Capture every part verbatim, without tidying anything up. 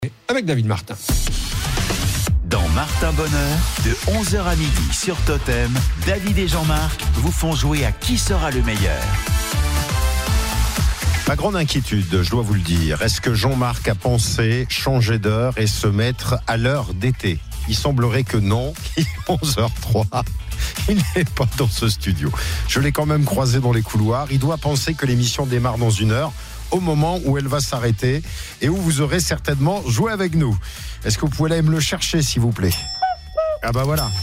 Avec David Martin. Dans Martin Bonheur, de onze heures à midi sur Totem, David et Jean-Marc vous font jouer à qui sera le meilleur. Ma grande inquiétude, je dois vous le dire, est-ce que Jean-Marc a pensé changer d'heure et se mettre à l'heure d'été ? Il semblerait que non, il est onze heures zéro trois. Il n'est pas dans ce studio. Je l'ai quand même croisé dans les couloirs. Il doit penser que l'émission démarre dans une heure, au moment où elle va s'arrêter et où vous aurez certainement joué avec nous. Est-ce que vous pouvez aller me le chercher, s'il vous plaît ? Ah bah voilà.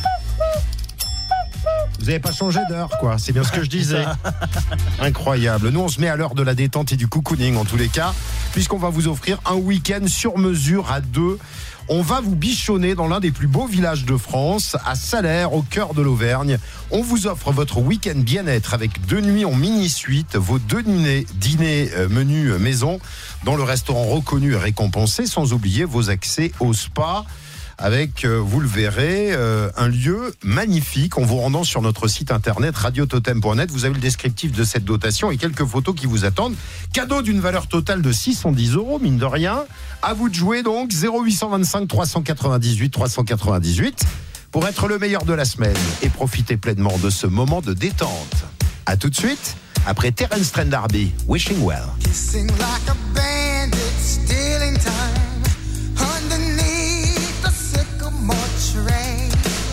Vous n'avez pas changé d'heure, quoi. C'est bien ce que je disais. Incroyable. Nous, on se met à l'heure de la détente et du cocooning, en tous les cas, puisqu'on va vous offrir un week-end sur mesure à deux. On va vous bichonner dans l'un des plus beaux villages de France, à Salaire, au cœur de l'Auvergne. On vous offre votre week-end bien-être avec deux nuits en mini-suite, vos deux dîners, dîners euh, menus euh, maison, dans le restaurant reconnu et récompensé, sans oublier vos accès au spa, avec, euh, vous le verrez, euh, un lieu magnifique. En vous rendant sur notre site internet radio totem point net, vous avez le descriptif de cette dotation et quelques photos qui vous attendent. Cadeau d'une valeur totale de six cent dix euros, mine de rien. À vous de jouer donc, zéro huit cent vingt-cinq trois cent quatre-vingt-dix-huit trois cent quatre-vingt-dix-huit, pour être le meilleur de la semaine et profiter pleinement de ce moment de détente. A tout de suite, après Terence Trent D'Arby, Wishing Well. Kissing like a bandit, stealing time underneath the sycamore tree.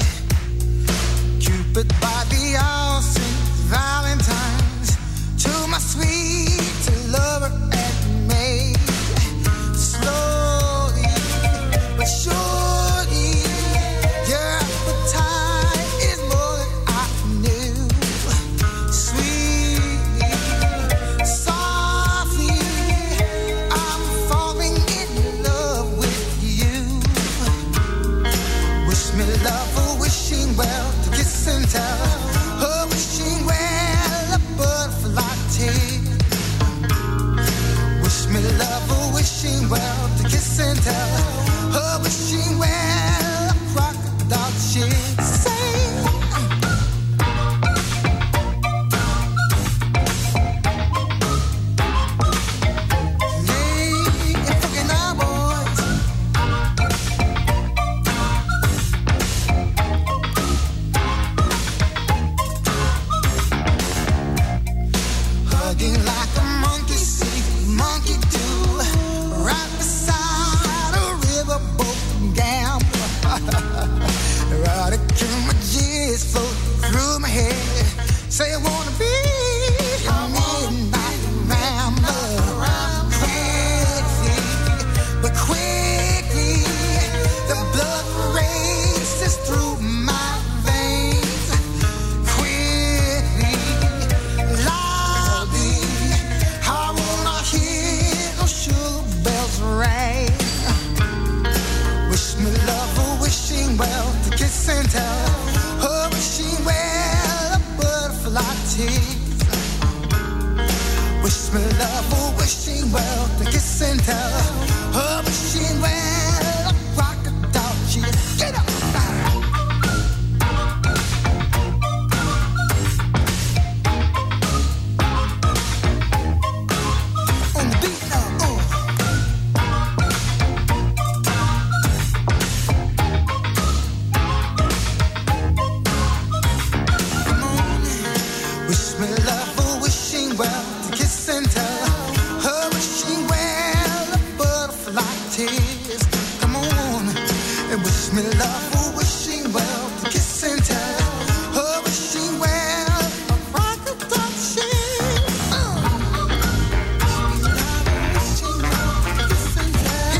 Cupid by the all saints, Valentine's to my sweet lover and maid. Slowly but surely, your appetite is more than I knew. Sweetly, softly, I'm falling in love with you. Wish me love or wishing well, to kiss and tell. Oh, wishing well, a butterfly tear. Wish me love or wishing well, to kiss and tell. Oh, wishing well, a crocodile tear. Say, hugging like a monkey see, monkey do, right beside a riverboat gambler. Erotic images float through my head. Say I wanna be your midnight rambler. Quickly, but quickly, the blood races through my veins. Quickly, loudly, I wanna hear those sugar bells ring. Wish me love or wishing well, to kiss and tell. Oh, wishing well, a butterfly tease. Wish me love or wishing well, to kiss and tell. Oh, wishing well, a crocodile cheer. Get up! On the beat now, oh. Come on, wish me love or wishing well, to kiss and tell. Oh, wishing well, a butterfly tears. Come on, and wish me love or wishing well, to kiss and tell. Oh, wishing well, a crocodile tear. Uh. Wishing well, to kiss and tell.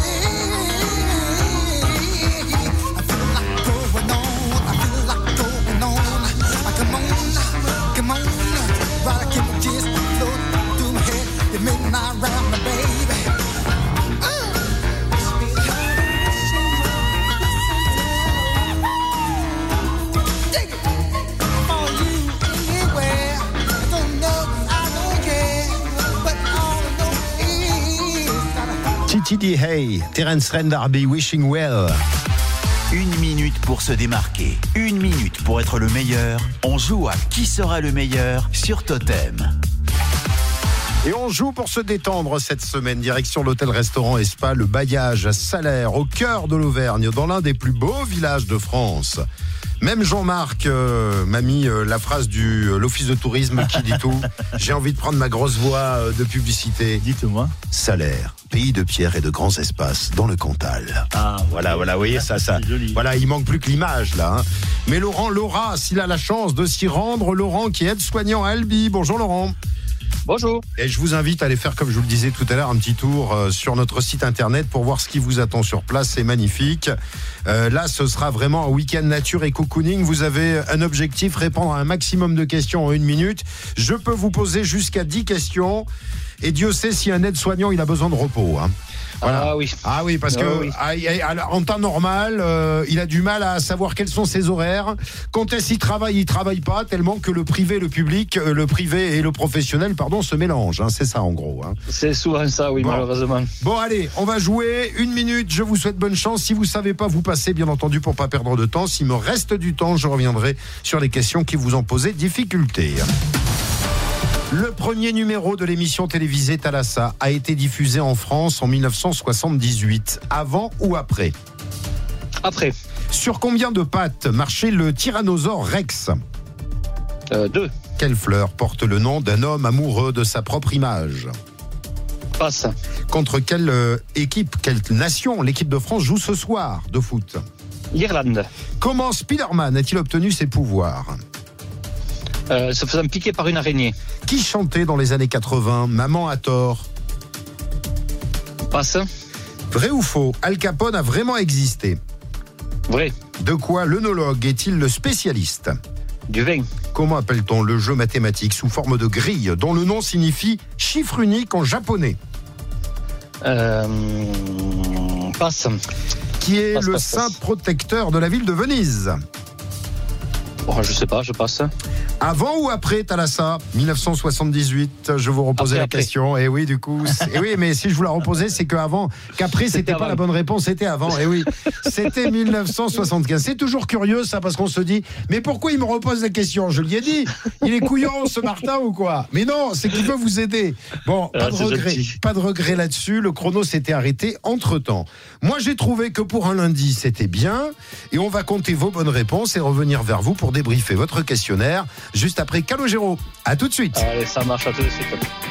I feel like going on, I feel like going on. Ah, come on, come on, right, I keep just float through my head. The midnight round the baby. Uh. Dig it. For you anywhere. I don't know, I don't care. But all I know is that I T T D Hey, Terence Trent D'Arby, Wishing Well. Une minute pour se démarquer, une minute pour être le meilleur. On joue à qui sera le meilleur sur Totem. Et on joue pour se détendre cette semaine. Direction l'hôtel-restaurant et spa, le Bailliage à Salaire, au cœur de l'Auvergne, dans l'un des plus beaux villages de France. Même Jean-Marc euh, m'a mis euh, la phrase de euh, l'office de tourisme qui dit tout. J'ai envie de prendre ma grosse voix euh, de publicité. Dites-moi. Salaire, pays de pierre et de grands espaces dans le Cantal. Ah, voilà, voilà, vous voyez ça, ça. Voilà, il manque plus que l'image là. Hein. Mais Laurent Laura, s'il a la chance de s'y rendre, Laurent qui est aide-soignant à Albi. Bonjour Laurent. Bonjour. Et je vous invite à aller faire, comme je vous le disais tout à l'heure, un petit tour euh, sur notre site internet pour voir ce qui vous attend sur place. C'est magnifique. Euh, là, ce sera vraiment un week-end nature et cocooning. Vous avez un objectif, répondre à un maximum de questions en une minute. Je peux vous poser jusqu'à dix questions. Et Dieu sait si un aide-soignant, il a besoin de repos. Hein. Voilà. Ah oui. Ah oui, parce ah que oui. À, à, en temps normal, euh, il a du mal à savoir quels sont ses horaires. Quand est-ce qu'il travaille, il travaille pas, tellement que le privé, le public, euh, le privé et le professionnel, pardon, se mélangent. Hein, c'est ça en gros. Hein. C'est souvent ça, oui, bon. malheureusement. Bon, allez, on va jouer une minute. Je vous souhaite bonne chance. Si vous savez pas, vous passez, bien entendu, pour pas perdre de temps. S'il me reste du temps, je reviendrai sur les questions qui vous ont posé difficulté. Le premier numéro de l'émission télévisée Thalassa a été diffusé en France en dix-neuf cent soixante-dix-huit. Avant ou après ? Après. Sur combien de pattes marchait le tyrannosaure Rex ? euh, Deux. Quelle fleur porte le nom d'un homme amoureux de sa propre image ? Passe. Contre quelle euh, équipe, quelle nation l'équipe de France joue ce soir de foot ? L'Irlande. Comment Spider-Man a-t-il obtenu ses pouvoirs ? Euh, se faisant piquer par une araignée. Qui chantait dans les années quatre-vingts Maman a tort ? Passe. Vrai ou faux ? Al Capone a vraiment existé ? Vrai. De quoi l'œnologue est-il le spécialiste ? Du vin. Comment appelle-t-on le jeu mathématique sous forme de grille dont le nom signifie chiffre unique en japonais ? euh... Passe. Qui est passe, le passe, saint passe. protecteur de la ville de Venise ? Oh, je sais pas, je passe. Avant ou après Thalassa dix-neuf cent soixante-dix-huit, je vous reposais après, la après. question. Et oui, du coup, et oui, mais si je vous la reposais, c'est qu'avant, qu'après, c'était, c'était pas avant. la bonne réponse, c'était avant. Et oui, c'était dix-neuf cent soixante-quinze. C'est toujours curieux ça, parce qu'on se dit, mais pourquoi il me repose la question ? Je lui ai dit, il est couillon ce Martin ou quoi ? Mais non, c'est qu'il veut vous aider. Bon, pas ah, de regret, gentil. pas de regret là-dessus. Le chrono s'était arrêté entre temps. Moi, j'ai trouvé que pour un lundi, c'était bien. Et on va compter vos bonnes réponses et revenir vers vous pour débriefer votre questionnaire juste après Calogero. À tout de suite. Allez, ça marche, à tout de suite.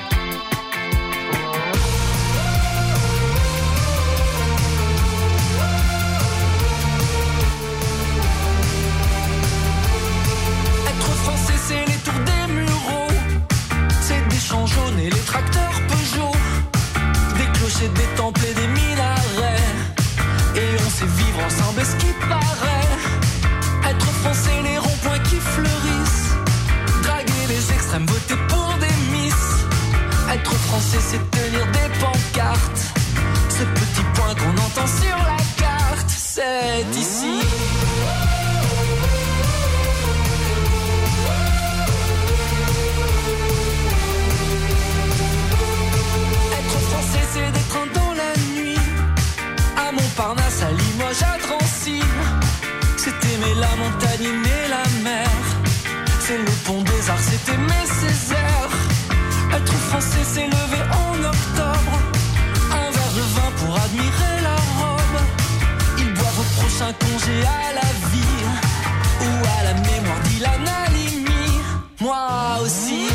Être français, c'est les tours des Mureaux, c'est des champs jaunes et les tracteurs Peugeot, des clochers, des temples et des minarets, et on sait vivre ensemble, est-ce qui paraît. Être français, les ronds-points qui fleurissent, draguer les extrêmes, voter pour des miss. Être français, c'est tenir des pancartes, ces petits points qu'on entend sur la carte, c'est ici. Être français, c'est d'être un dans la nuit, à Montparnasse, à Limoges, à Drancy. C'est aimer la montagne, aimer la mer. C'est le pont des Arts, c'est aimer Césaire. Être français, c'est lever en octobre un verre de vin pour admirer la robe. Ils boivent au prochain congé à la vie ou à la mémoire d'Ilan Halimi. Moi aussi.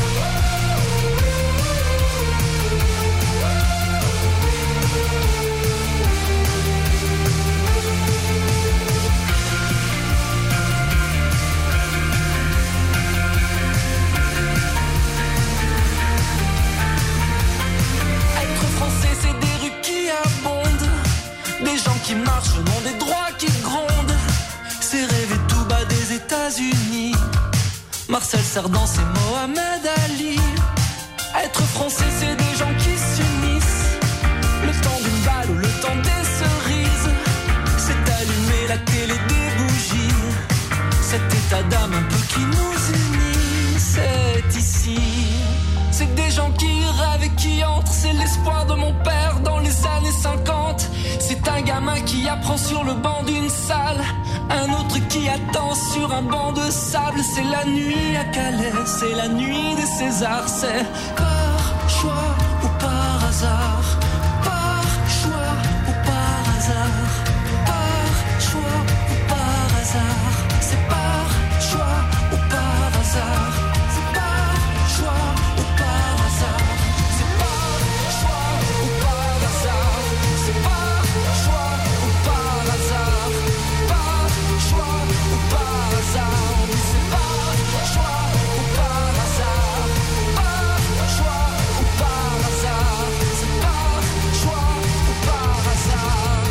Des gens qui marchent le long des droits qui grondent. C'est rêver tout bas des États-Unis. Marcel Cerdan, c'est Mohamed Ali. Être français, c'est des gens qui s'unissent. Le temps d'une balle ou le temps des cerises. C'est allumer la télé des bougies. Cet état d'âme un peu qui nous unit. C'est ici. C'est des gens qui rêvent et qui entrent. C'est l'espoir de mon père dans les années cinquante. C'est un gamin qui apprend sur le banc d'une salle, un autre qui attend sur un banc de sable. C'est la nuit à Calais, c'est la nuit des Césars. C'est corps, choix ou par hasard, par choix ou par hasard, par choix ou par hasard, c'est par choix ou par hasard, c'est par choix ou par hasard, c'est par choix ou par hasard, c'est par choix ou par hasard, par choix ou par hasard, c'est par choix ou par hasard, par choix ou par hasard, c'est par choix ou par hasard.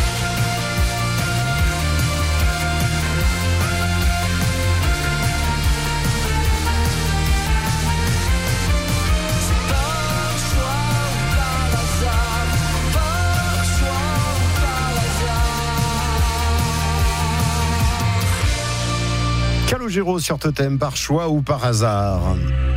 C'est par choix ou par hasard, par choix ou par hasard. Calogero sur Totem, par choix ou par hasard?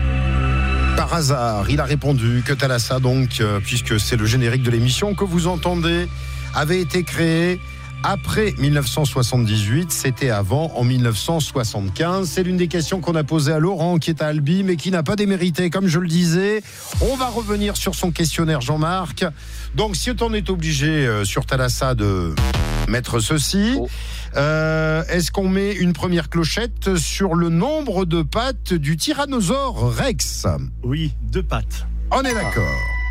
Par hasard, il a répondu que Thalassa, donc, euh, puisque c'est le générique de l'émission que vous entendez, avait été créé après dix-neuf cent soixante-dix-huit, c'était avant, en dix-neuf cent soixante-quinze. C'est l'une des questions qu'on a posées à Laurent, qui est à Albi, mais qui n'a pas démérité, comme je le disais. On va revenir sur son questionnaire, Jean-Marc. Donc, si on est obligé, euh, sur Thalassa, de mettre ceci, Oh. euh, est-ce qu'on met une première clochette sur le nombre de pattes du tyrannosaure Rex? Oui, deux pattes. On est d'accord.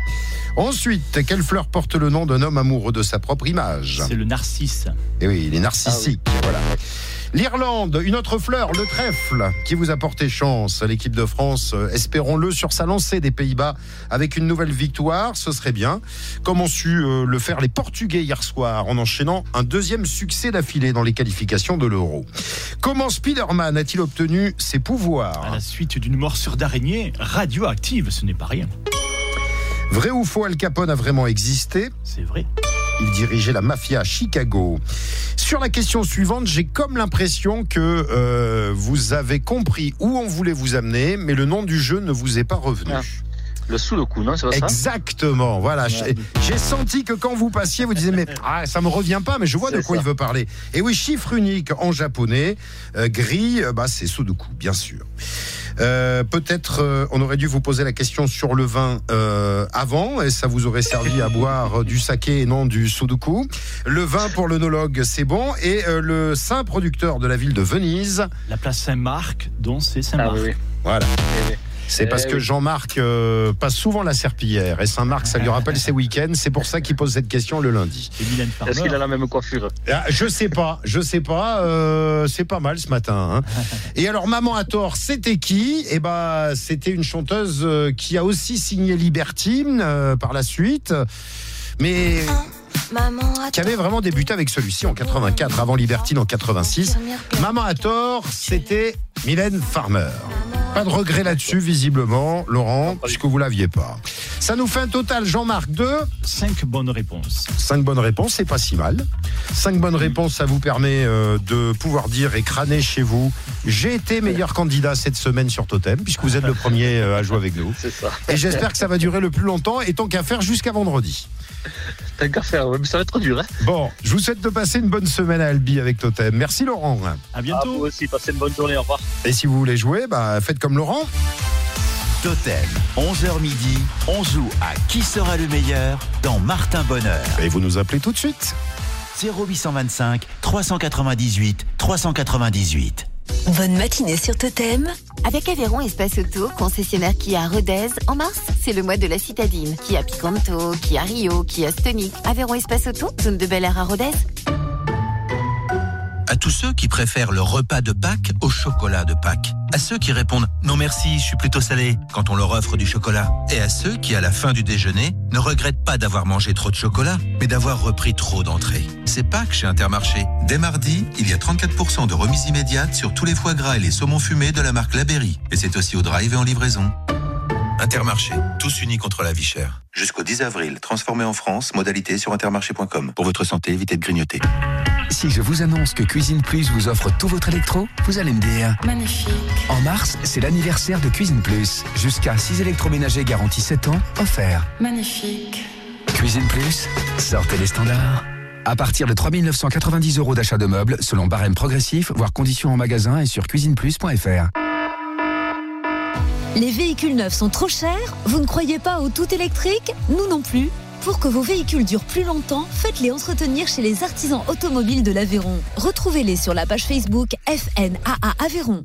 Ensuite, quelle fleur porte le nom d'un homme amoureux de sa propre image? C'est le narcisse. Et oui, il est narcissique. Voilà. L'Irlande, une autre fleur, le trèfle, qui vous a porté chance. L'équipe de France, euh, espérons-le, sur sa lancée des Pays-Bas avec une nouvelle victoire, ce serait bien. Comme ont su euh, le faire les Portugais hier soir, en enchaînant un deuxième succès d'affilée dans les qualifications de l'Euro. Comment Spider-Man a-t-il obtenu ses pouvoirs? À la suite d'une morsure d'araignée radioactive, ce n'est pas rien. Vrai ou faux, Al Capone a vraiment existé? C'est vrai. Il dirigeait la mafia à Chicago. Sur la question suivante, j'ai comme l'impression que euh, vous avez compris où on voulait vous amener, mais le nom du jeu ne vous est pas revenu. Ah. Le sous le coup, non? C'est pas ça? Exactement, voilà. J'ai- J'ai senti que quand vous passiez, vous disiez mais ah, ça me revient pas, mais je vois de C'est quoi ça. il veut parler. Et oui, chiffre unique en japonais, euh, gris, euh, bah c'est Sudoku, bien sûr. Euh, peut-être euh, on aurait dû vous poser la question sur le vin euh, avant, et ça vous aurait servi à boire euh, du saké et non du Sudoku. Le vin pour l'œnologue, c'est bon, et euh, le saint producteur de la ville de Venise, La place Saint-Marc, dont c'est Ah Saint-Marc. oui, oui. voilà. Eh oui. C'est parce Eh que oui. Jean-Marc euh, passe souvent la serpillière, et Saint-Marc, ça lui rappelle ses week-ends. C'est pour ça qu'il pose cette question le lundi. Et Mylène Est-ce qu'il a Farmer. la même coiffure? Ah, je sais pas, je sais pas. euh, c'est pas mal ce matin. Hein. Et alors, Maman à tort, c'était qui? Eh ben, c'était une chanteuse euh, qui a aussi signé Libertine euh, par la suite, mais qui avait vraiment débuté avec celui-ci en quatre-vingt-quatre, avant Libertine en quatre-vingt-six. Maman à tort, c'était Mylène Farmer. Pas de regret là-dessus, visiblement, Laurent, puisque vous l'aviez pas. Ça nous fait un total, Jean-Marc, de Cinq bonnes réponses. cinq bonnes réponses, c'est pas si mal. cinq bonnes réponses, ça vous permet euh, de pouvoir dire et crâner chez vous. J'ai été meilleur candidat cette semaine sur Totem, puisque vous êtes le premier euh, à jouer avec nous. C'est ça. Et j'espère que ça va durer le plus longtemps, et tant qu'à faire jusqu'à vendredi. T'as qu'à faire, ouais, mais ça va être trop dur, hein? Bon, je vous souhaite de passer une bonne semaine à Albi avec Totem. Merci Laurent. À Ah, vous bientôt. aussi, passez une bonne journée, au revoir. Et si vous voulez jouer, bah, faites comme Laurent. Totem, onze heures midi, on joue à Qui sera le meilleur dans Martin Bonheur. Et vous nous appelez tout de suite. zéro huit cent vingt-cinq, trois cent quatre-vingt-dix-huit, trois cent quatre-vingt-dix-huit. Bonne matinée sur Totem. Avec Aveyron Espace Auto, concessionnaire Kia à Rodez, en mars, c'est le mois de la citadine. Kia Picanto, Kia Rio, Kia Stonic. Aveyron Espace Auto, zone de Bel Air à Rodez. À tous ceux qui préfèrent le repas de Pâques au chocolat de Pâques. À ceux qui répondent « Non merci, je suis plutôt salé » quand on leur offre du chocolat. Et à ceux qui, à la fin du déjeuner, ne regrettent pas d'avoir mangé trop de chocolat, mais d'avoir repris trop d'entrées. C'est Pâques chez Intermarché. Dès mardi, il y a trente-quatre pour cent de remise immédiate sur tous les foie gras et les saumons fumés de la marque La Berry. Et c'est aussi au drive et en livraison. Intermarché, tous unis contre la vie chère. Jusqu'au dix avril, transformé en France, modalité sur intermarché point com. Pour votre santé, évitez de grignoter. Si je vous annonce que Cuisine Plus vous offre tout votre électro, vous allez me dire Magnifique. en mars, c'est l'anniversaire de Cuisine Plus. Jusqu'à six électroménagers garantis sept ans, offerts. Magnifique. Cuisine Plus, sortez les standards. À partir de trois mille neuf cent quatre-vingt-dix euros d'achat de meubles, selon barème progressif, voire conditions en magasin et sur cuisine plus point f r. Les véhicules neufs sont trop chers? Vous ne croyez pas au tout électrique? Nous non plus. Pour que vos véhicules durent plus longtemps, faites-les entretenir chez les artisans automobiles de l'Aveyron. Retrouvez-les sur la page Facebook F N A A Aveyron.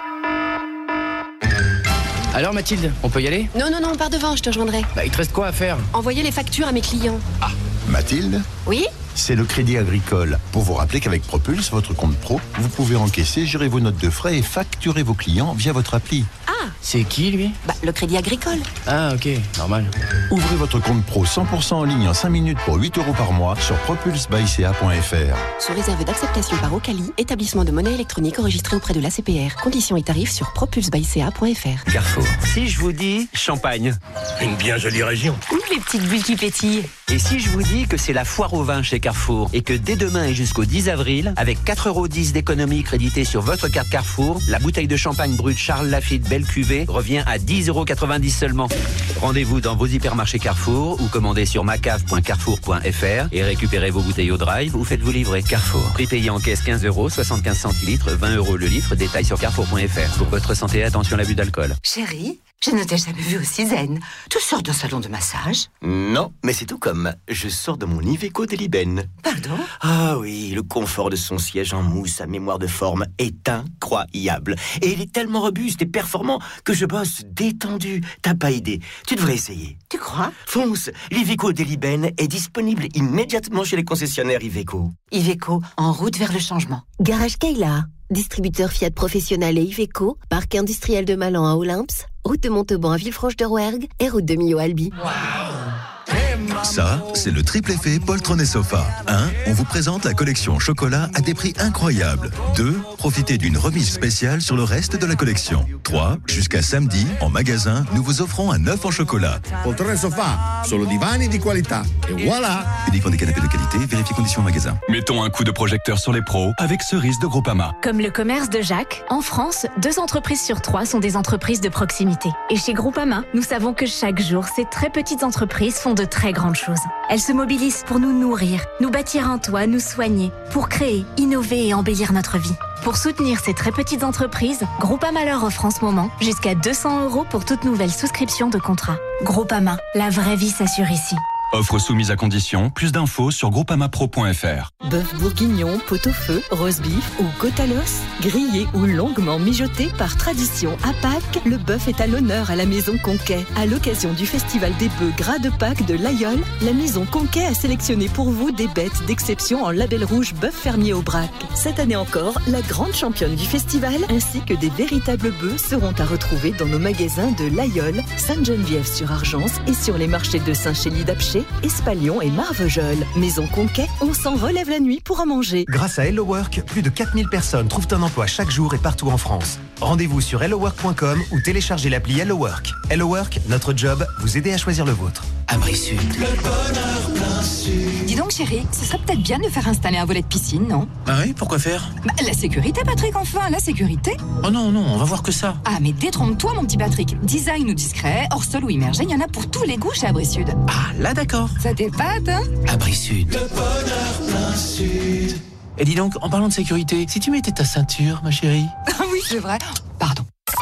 Alors Mathilde, on peut y aller? Non, non, non, pars devant, je te rejoindrai. Bah il te reste quoi à faire? Envoyer les factures à mes clients. Ah, Mathilde? Oui? C'est le Crédit Agricole. Pour vous rappeler qu'avec Propulse, votre compte pro, vous pouvez encaisser, gérer vos notes de frais et facturer vos clients via votre appli. Ah, c'est qui lui? Bah, le Crédit Agricole. Ah ok, normal. Ouvrez votre compte pro cent pour cent en ligne en cinq minutes pour huit euros par mois sur propulse by c a point f r. Sous réserve d'acceptation par Ocali, établissement de monnaie électronique enregistré auprès de l'A C P R. Conditions et tarifs sur propulse by c a point f r. Carrefour. Si je vous dis Champagne. Une bien jolie région. Ouh, les petites bulles qui pétillent. Et si je vous dis que c'est la foire au vin chez Carrefour et que dès demain et jusqu'au dix avril, avec quatre euros dix d'économie créditée sur votre carte Carrefour, la bouteille de champagne brut Charles Lafite Belle Cuvée revient à dix euros quatre-vingt-dix seulement. Rendez-vous dans vos hypermarchés Carrefour ou commandez sur macave point carrefour point f r et récupérez vos bouteilles au drive ou faites-vous livrer. Carrefour. Prix payé en caisse quinze euros, soixante-quinze centilitres, vingt euros le litre. Détail sur carrefour point f r. Pour votre santé, attention à l'abus d'alcool. Chérie, je ne t'ai jamais vu aussi zen. Tu sors d'un salon de massage? Non, mais c'est tout comme. Je sors de mon Iveco d'Eliben. Pardon? Ah oui, le confort de son siège en mousse à mémoire de forme est incroyable. Et il est tellement robuste et performant que je bosse détendu. T'as pas idée. Tu devrais essayer. Tu crois? Fonce, l'Iveco d'Eliben est disponible immédiatement chez les concessionnaires Iveco. Iveco, en route vers le changement. Garage Kayla, distributeur Fiat professionnel et Iveco, parc industriel de Malan à Olymps, route de Montauban à Villefranche-de-Rouergue et route de Millau à Albi. Ça, c'est le triple effet poltron et sofa. un. On vous présente la collection chocolat à des prix incroyables. deux. Profitez d'une remise spéciale sur le reste de la collection. trois. Jusqu'à samedi, en magasin, nous vous offrons un œuf en chocolat. Poltrone e sofà, solo divani di qualità. Et voilà! Uniquement des canapés de qualité, vérifiez conditions en magasin. Mettons un coup de projecteur sur les pros avec Cerise de Groupama. Comme le commerce de Jacques, en France, deux entreprises sur trois sont des entreprises de proximité. Et chez Groupama, nous savons que chaque jour, ces très petites entreprises font de très grandes choses. Elles se mobilisent pour nous nourrir, nous bâtir un toit, nous soigner, pour créer, innover et embellir notre vie. Pour soutenir ces très petites entreprises, Groupama leur offre en ce moment jusqu'à deux cents euros pour toute nouvelle souscription de contrat. Groupama, la vraie vie s'assure ici. Offre soumise à condition. Plus d'infos sur groupama pro point f r. Bœuf bourguignon, pot-au-feu, roast beef ou côte à l'os, grillé ou longuement mijoté par tradition à Pâques, le bœuf est à l'honneur à la Maison Conquet. À l'occasion du festival des bœufs gras de Pâques de l'Aïeul, la Maison Conquet a sélectionné pour vous des bêtes d'exception en label rouge bœuf fermier Aubrac. Cette année encore, la grande championne du festival ainsi que des véritables bœufs seront à retrouver dans nos magasins de l'Aïeul, Sainte-Geneviève-sur-Argence et sur les marchés de Saint-Chély-d'Apcher, Espalion et Marvejols. Maison Conquet, on s'en relève la nuit pour en manger. Grâce à Hello Work, plus de quatre mille personnes trouvent un emploi chaque jour et partout en France. Rendez-vous sur hello work point com ou téléchargez l'appli Hello Work. Hello Work, notre job, vous aider à choisir le vôtre. Abri Sud. Le bonheur plein sud. Dis donc chérie, ce serait peut-être bien de faire installer un volet de piscine, non? Ah oui, pourquoi faire? Bah, la sécurité, Patrick, enfin, la sécurité. Oh non, non, on va voir que ça. Ah, mais détrompe-toi, mon petit Patrick. Design ou discret, hors sol ou immergé, il y en a pour tous les goûts chez Abri Sud. Ah, là d'accord. Ça t'épate, hein? Abri Sud. Le bonheur plein sud. Et dis donc, en parlant de sécurité, si tu mettais ta ceinture, ma chérie. Ah oui, c'est vrai. Pardon.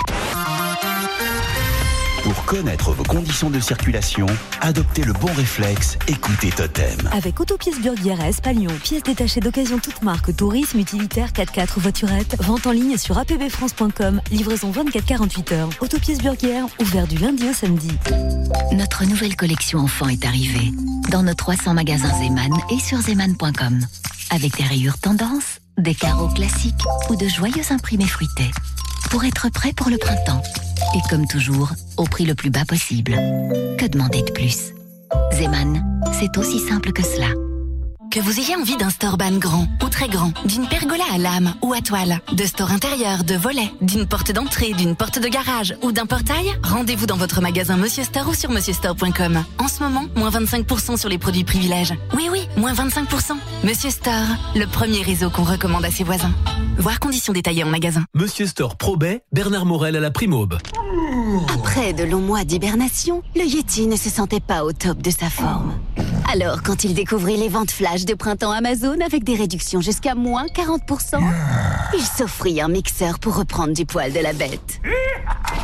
Pour connaître vos conditions de circulation, adoptez le bon réflexe, écoutez Totem. Avec Autopièces Burguière à Espalion, pièces détachées d'occasion toute marque, tourisme, utilitaire, quatre-quatre ou voiturette, vente en ligne sur a p b france point com, livraison vingt-quatre à quarante-huit heures. Autopièces Burguière, ouvert du lundi au samedi. Notre nouvelle collection enfant est arrivée dans nos trois cents magasins Zeman et sur zeman point com. Avec des rayures tendance, des carreaux classiques ou de joyeux imprimés fruités. Pour être prêt pour le printemps. Et comme toujours, au prix le plus bas possible. Que demander de plus? Zeman, c'est aussi simple que cela. Que vous ayez envie d'un store ban grand ou très grand, d'une pergola à lame ou à toile, de store intérieur, de volets, d'une porte d'entrée, d'une porte de garage ou d'un portail, rendez-vous dans votre magasin Monsieur Store ou sur monsieur store point com. En ce moment, moins vingt-cinq pour cent sur les produits privilèges. Oui, oui, moins vingt-cinq pour cent. Monsieur Store, le premier réseau qu'on recommande à ses voisins. Voir conditions détaillées en magasin. Monsieur Store Probet, Bernard Morel à la Primaube. Après de longs mois d'hibernation, le Yeti ne se sentait pas au top de sa forme. Alors, quand il découvrit les ventes flash de printemps Amazon avec des réductions jusqu'à moins quarante pour cent, il s'offrit un mixeur pour reprendre du poil de la bête.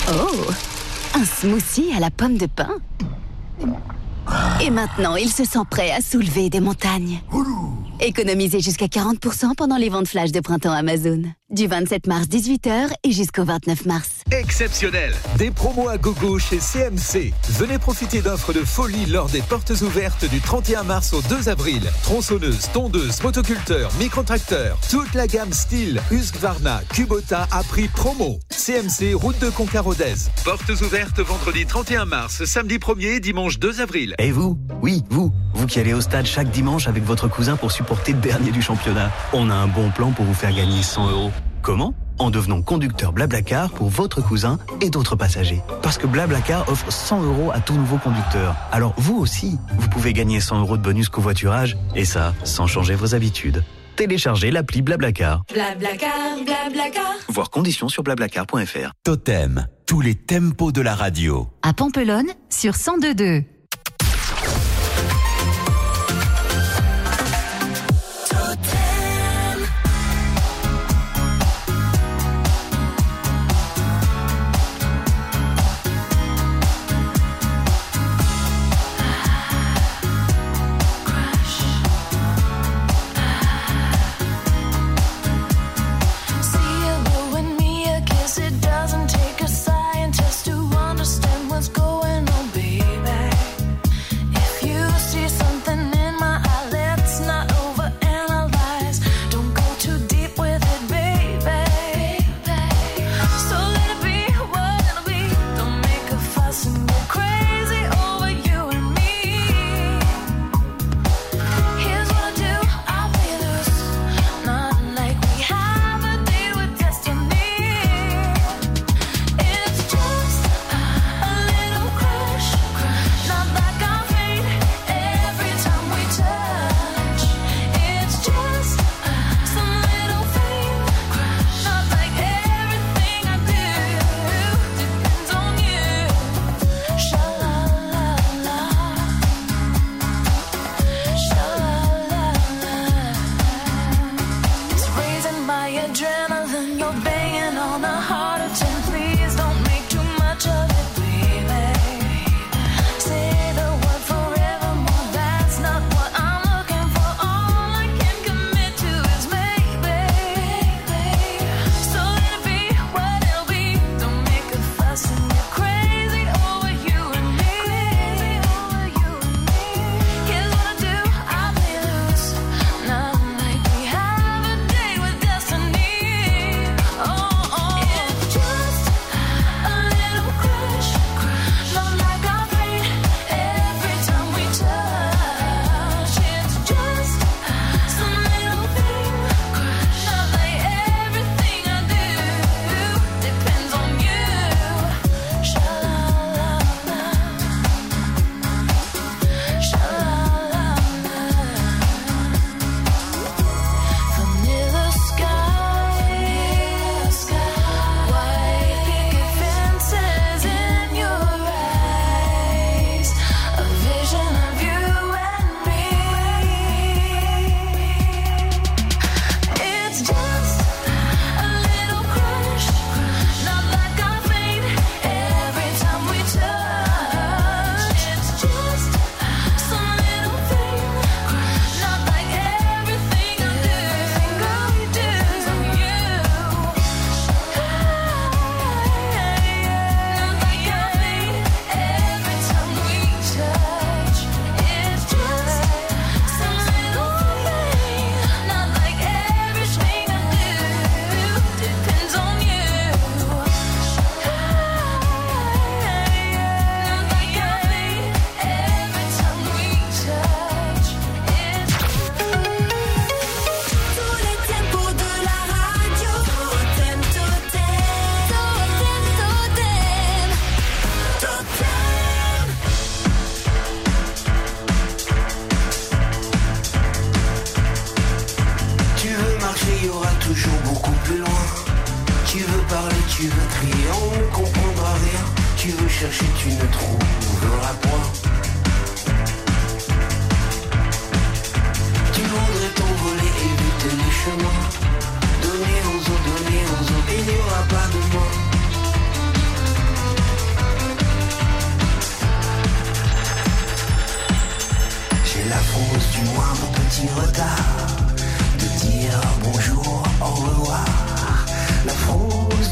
Oh, un smoothie à la pomme de pin. Et maintenant, il se sent prêt à soulever des montagnes. Économisez jusqu'à quarante pour cent pendant les ventes flash de printemps Amazon. Du vingt-sept mars dix-huit heures et jusqu'au vingt-neuf mars. Exceptionnel. Des promos à gogo chez C M C. Venez profiter d'offres de folie lors des portes ouvertes du trente et un mars au deux avril. Tronçonneuses, tondeuses, motoculteurs, microtracteurs. Toute la gamme style Husqvarna, Kubota à prix promo. C M C, route de Concarrodez. Portes ouvertes vendredi trente et un mars, samedi premier et dimanche deux avril. Et vous? Oui, vous. Vous qui allez au stade chaque dimanche avec votre cousin pour supporter le dernier du championnat. On a un bon plan pour vous faire gagner cent euros. Comment? En devenant conducteur Blablacar pour votre cousin et d'autres passagers. Parce que Blablacar offre cent euros à tout nouveau conducteur. Alors vous aussi, vous pouvez gagner cent euros de bonus covoiturage. Et ça, sans changer vos habitudes. Téléchargez l'appli Blablacar. Blablacar, Blablacar. Voir conditions sur blablacar point f r. Totem, tous les tempos de la radio. À Pampelonne, sur cent deux virgule deux. Tu veux crier, on ne comprendra rien. Tu veux chercher, tu ne trouveras point. Tu voudrais t'envoler, éviter les chemins. Donner aux eaux, donner aux eaux, il n'y aura pas de moi.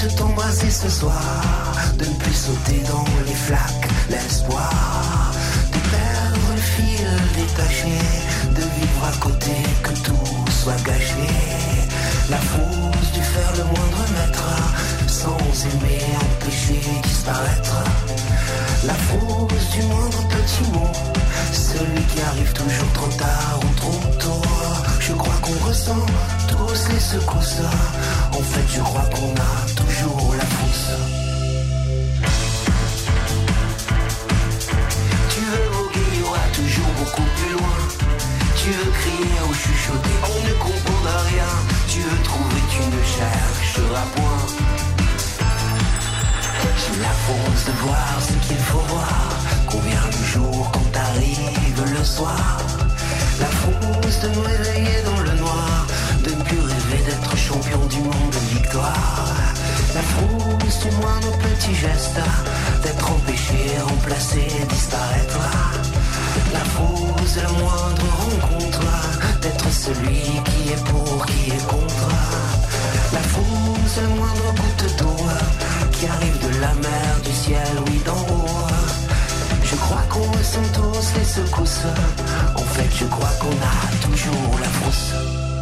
t'embrasser ce soir, de ne plus sauter dans les flaques, l'espoir de perdre le fil détaché, de vivre à côté, que tout soit gâché. La frousse du faire le moindre mètre, sans aimer empêcher disparaître. La frousse du moindre petit mot, celui qui arrive toujours trop tard ou trop tôt. Je crois qu'on ressent tous les secousses, en fait je crois qu'on a toujours la frousse. Tu veux voguer, il y aura toujours beaucoup plus loin. Tu veux crier ou chuchoter, on ne comprendra rien. Tu veux trouver, tu ne chercheras point. J'ai la force de voir ce qu'il faut voir, qu'on vient le jour quand t'arrives le soir. La force de me réveiller dans le noir, de ne plus rêver d'être champion du monde de victoire. La force du moindre petit geste, d'être empêché, remplacé, disparaître. La force de la moindre rencontre, d'être celui qui est pour, qui est contre. La force de la moindre goutte d'eau, qui arrive de la mer, du ciel, oui d'en haut. Je crois qu'on ressent tous les secousses, en fait je crois qu'on a toujours la frousse.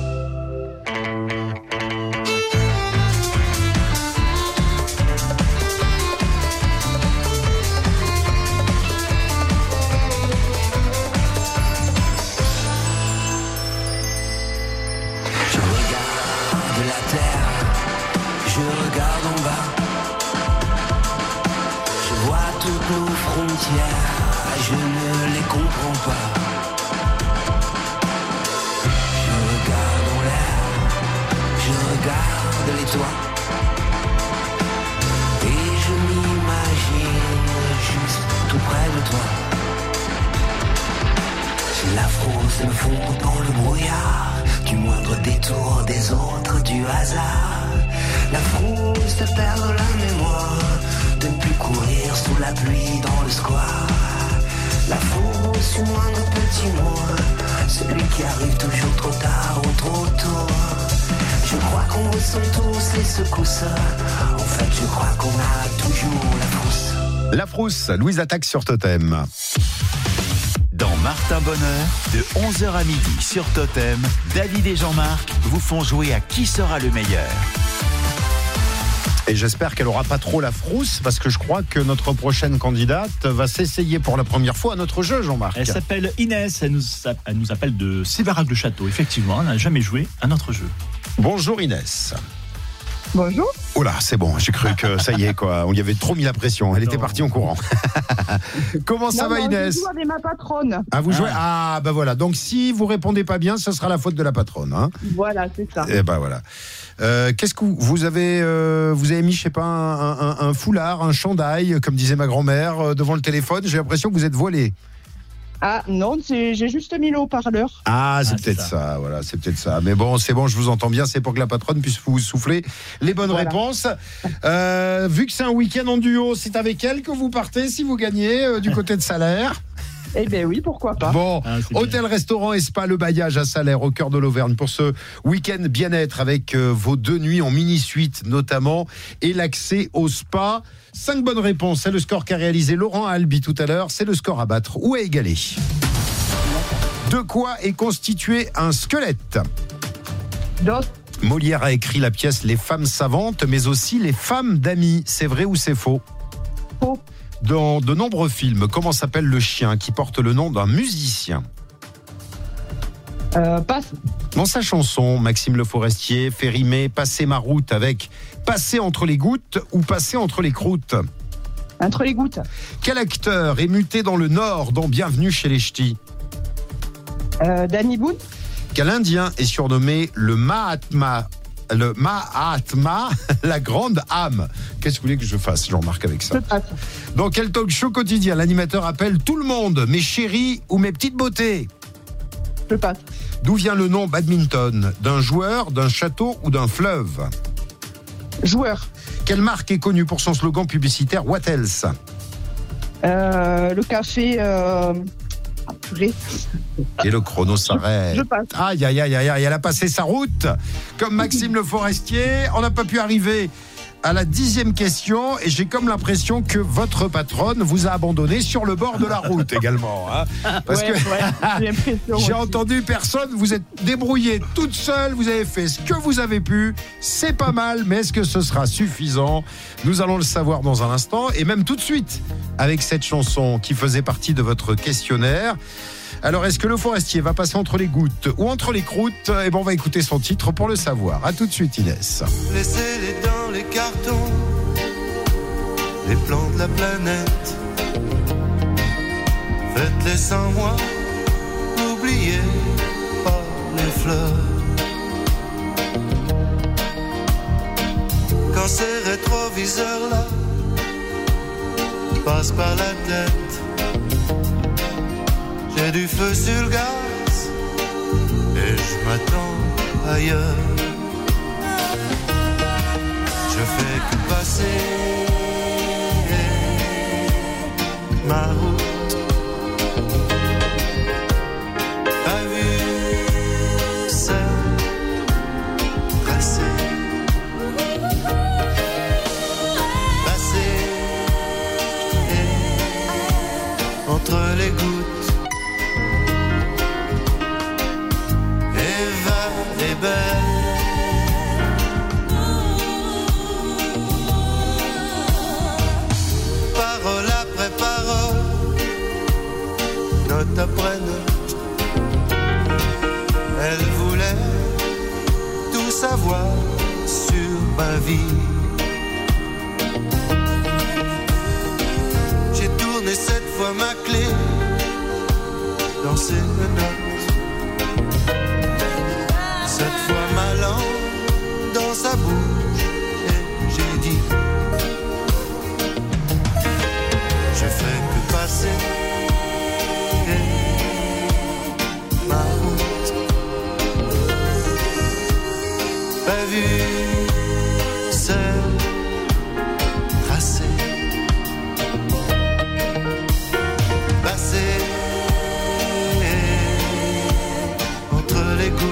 Je regarde la terre, je regarde en bas. Je vois toutes nos frontières, je ne les comprends pas. Je regarde en l'air, je regarde les toits, et je m'imagine juste tout près de toi. J'ai la frousse me fond dans le brouillard, du moindre détour des autres, du hasard. La frousse de perdre la mémoire, de ne plus courir sous la pluie dans le square. La frousse du moindre petit mot, celui qui arrive toujours trop tard ou trop tôt. Je crois qu'on ressent tous les secousses, en fait je crois qu'on a toujours la frousse. La frousse, Louise attaque sur Totem. Dans Martin Bonheur, de onze heures à midi sur Totem, David et Jean-Marc vous font jouer à qui sera le meilleur. Et j'espère qu'elle aura pas trop la frousse, parce que je crois que notre prochaine candidate va s'essayer pour la première fois à notre jeu, Jean-Marc. Elle s'appelle Inès, elle nous, elle nous appelle de Séverac-le-Château. Effectivement, elle n'a jamais joué à notre jeu. Bonjour Inès. Bonjour. Oh là, c'est bon, j'ai cru que ça y est, quoi. On y avait trop mis la pression, elle non. était partie en courant. Comment ça non, va, non, Inès? Je joue avec ma patronne. Ah, vous jouez? Ah, ah bah voilà. Donc, si vous répondez pas bien, ce sera la faute de la patronne. Hein. Voilà, c'est ça. Et bah voilà. Euh, qu'est-ce que vous, vous avez, euh, vous avez mis, je sais pas, un, un, un foulard, un chandail, comme disait ma grand-mère, euh, devant le téléphone. J'ai l'impression que vous êtes voilé. Ah non, c'est, j'ai juste mis le haut-parleur. Ah, c'est ah, peut-être c'est ça. ça, voilà, c'est peut-être ça. Mais bon, c'est bon, je vous entends bien, c'est pour que la patronne puisse vous souffler les bonnes voilà. réponses. Euh, vu que c'est un week-end en duo, c'est avec elle que vous partez si vous gagnez euh, du côté de Salaire. Eh bien oui, pourquoi pas. Bon, ah, hôtel, bien. Restaurant et spa Le Bailliage à Salaire, au cœur de l'Auvergne, pour ce week-end bien-être avec euh, vos deux nuits en mini-suite notamment, et l'accès au spa. Cinq bonnes réponses, c'est le score qu'a réalisé Laurent Albi tout à l'heure, c'est le score à battre ou à égaler. De quoi est constitué un squelette? D'os. Molière a écrit la pièce Les femmes savantes, mais aussi Les femmes d'amis. C'est vrai ou c'est faux? Faux. Dans de nombreux films, comment s'appelle le chien qui porte le nom d'un musicien? Euh, passe. Dans sa chanson, Maxime Le Forestier fait rimer Passer ma route avec Passer entre les gouttes ou Passer entre les croûtes? Entre les gouttes. Quel acteur est muté dans le Nord dans Bienvenue chez les Ch'tis? euh, Danny Boone. Quel Indien est surnommé le Mahatma? Le Mahatma, la grande âme. Qu'est-ce que vous voulez que je fasse, Jean-Marc, avec ça? Dans quel talk show quotidien l'animateur appelle tout le monde mes chéris ou mes petites beautés? Je passe. D'où vient le nom badminton? D'un joueur, d'un château ou d'un fleuve? Joueur. Quelle marque est connue pour son slogan publicitaire What else? euh, Le café... Euh... Et le chrono s'arrête. Je, je passe. Aïe, aïe, aïe, aïe, elle a passé sa route. Comme Maxime Le Forestier, on n'a pas pu arriver à la dixième question et j'ai comme l'impression que votre patronne vous a abandonné sur le bord de la route également. Hein, parce ouais, que ouais, j'ai l'impression j'ai aussi. entendu personne, vous êtes débrouillée toute seule, vous avez fait ce que vous avez pu. C'est pas mal, mais est-ce que ce sera suffisant ? Nous allons le savoir dans un instant et même tout de suite avec cette chanson qui faisait partie de votre questionnaire. Alors, est-ce que le forestier va passer entre les gouttes ou entre les croûtes ? Eh bien, on va écouter son titre pour le savoir. À tout de suite, Inès. Laissez-les dans les cartons, les plans de la planète. Faites-les sans moi, n'oubliez pas les fleurs. Quand ces rétroviseurs-là passent par la tête, j'ai du feu sur le gaz et je m'attends ailleurs. Je fais que passer ma route. Pas vu seul tracé, passer entre les gouttes. Parole après parole, note après note, elle voulait tout savoir sur ma vie. J'ai tourné cette fois ma clé dans ses notes. Cette fois ma langue dans sa bouche et j'ai dit: je fais que passer ma route. Pas vu, seul, tracé, passer entre les gouttes.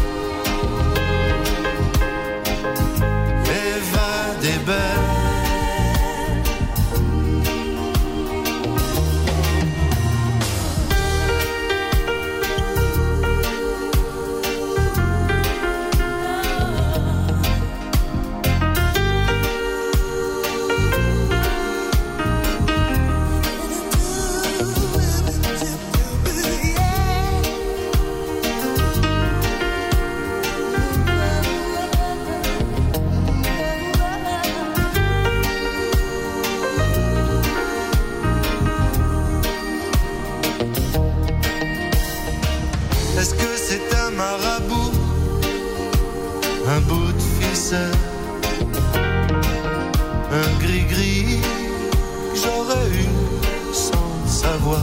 Est-ce que c'est un marabout, un bout de ficelle, un gris-gris que j'aurais eu sans savoir?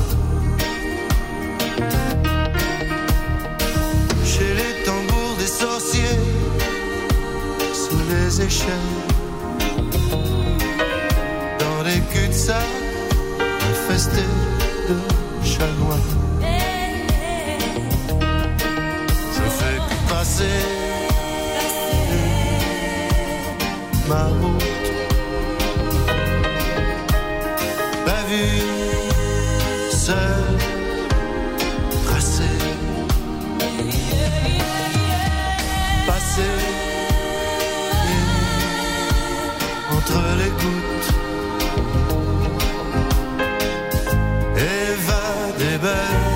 Chez les tambours des sorciers, sous les échelles, dans les cul-de-sac infestés de chats noirs. Passer ma route, pas vu, seul, tracé, passer entre les gouttes, Eva des belles.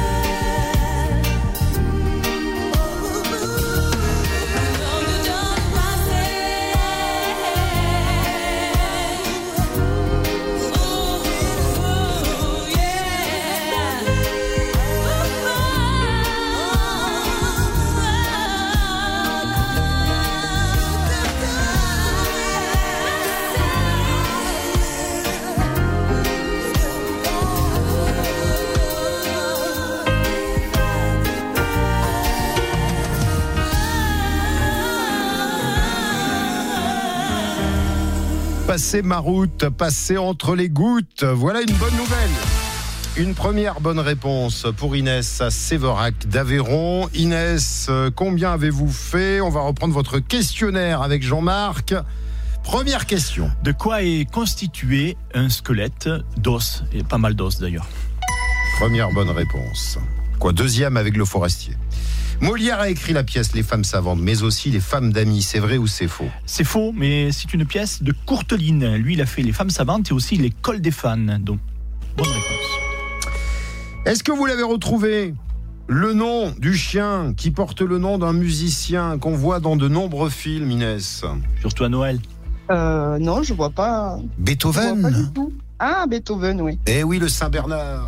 Passer ma route, passer entre les gouttes. Voilà une bonne nouvelle. Une première bonne réponse pour Inès à Séverac d'Aveyron. Inès, combien avez-vous fait ? On va reprendre votre questionnaire avec Jean-Marc. Première question. De quoi est constitué un squelette d'os? Et pas mal d'os d'ailleurs. Première bonne réponse. Quoi, deuxième avec Le Forestier. Molière a écrit la pièce Les femmes savantes, mais aussi Les femmes d'amis. C'est vrai ou c'est faux? C'est faux, mais c'est une pièce de Courteline. Lui, il a fait Les femmes savantes et aussi L'école des fans. Donc, bonne réponse. Est-ce que vous l'avez retrouvé? Le nom du chien qui porte le nom d'un musicien qu'on voit dans de nombreux films, Inès. Surtout à Noël. Euh, non, je vois pas. Beethoven. Je vois pas du tout. Ah, Beethoven, oui. Eh oui, le Saint-Bernard.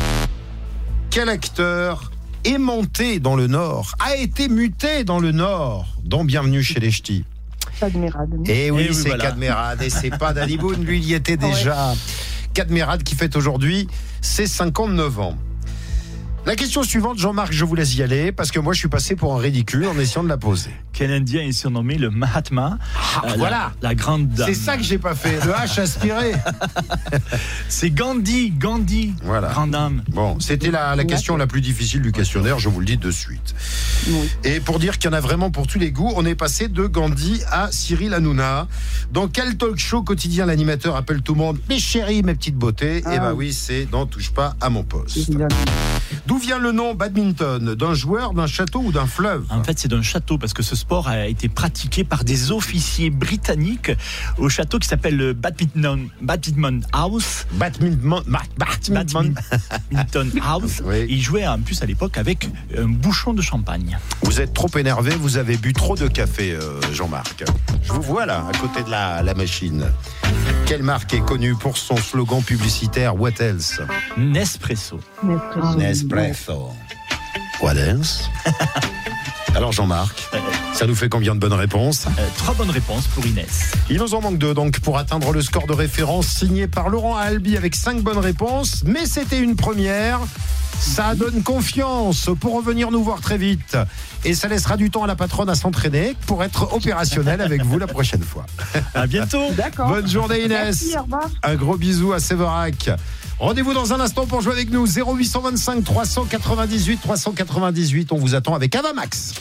Quel acteur aimanté dans le Nord a été muté dans le Nord dans Bienvenue chez les Ch'tis? Cadmerade. Eh oui, Eh oui, c'est voilà. Cadmerade. Et c'est pas Danny Boone, lui, il y était déjà. Ouais. Cadmerade qui fête aujourd'hui ses cinquante-neuf ans. La question suivante, Jean-Marc, je vous laisse y aller, parce que moi, je suis passé pour un ridicule en essayant de la poser. Quel Indien est surnommé le Mahatma? Ah, euh, voilà. La, la grande dame. C'est ça que j'ai pas fait, le H aspiré. C'est Gandhi, Gandhi, voilà. Grande dame. Bon, c'était la, la question la plus difficile du questionnaire, je vous le dis de suite. Oui. Et pour dire qu'il y en a vraiment pour tous les goûts, on est passé de Gandhi à Cyril Hanouna. Dans quel talk show quotidien l'animateur appelle tout le monde mes chéris, mes petites beautés? Ah. Eh ben oui, c'est N'en touche pas à mon poste. D'où vient le nom badminton? D'un joueur, d'un château ou d'un fleuve? En fait, c'est d'un château, parce que ce sport a été pratiqué par des officiers britanniques au château qui s'appelle le Badminton, Badminton House. Badminton, Badminton, Badminton House. Oui. Ils jouaient en plus à l'époque avec un bouchon de champagne. Vous êtes trop énervé, vous avez bu trop de café, euh, Jean-Marc. Je vous vois là, à côté de la, la machine. Quelle marque est connue pour son slogan publicitaire What else? Nespresso. Nespresso. Nespresso. What else? Alors Jean-Marc, ça nous fait combien de bonnes réponses? euh, Trois bonnes réponses pour Inès. Il nous en manque deux donc pour atteindre le score de référence signé par Laurent Albi avec cinq bonnes réponses. Mais c'était une première. Ça donne confiance pour revenir nous voir très vite. Et ça laissera du temps à la patronne à s'entraîner pour être opérationnelle avec vous la prochaine fois. À bientôt. D'accord. Bonne journée Inès. Merci, au revoir. Un gros bisou à Séverac. Rendez-vous dans un instant pour jouer avec nous. zéro huit cent vingt-cinq trois cent quatre-vingt-dix-huit trois cent quatre-vingt-dix-huit. On vous attend avec Avamax.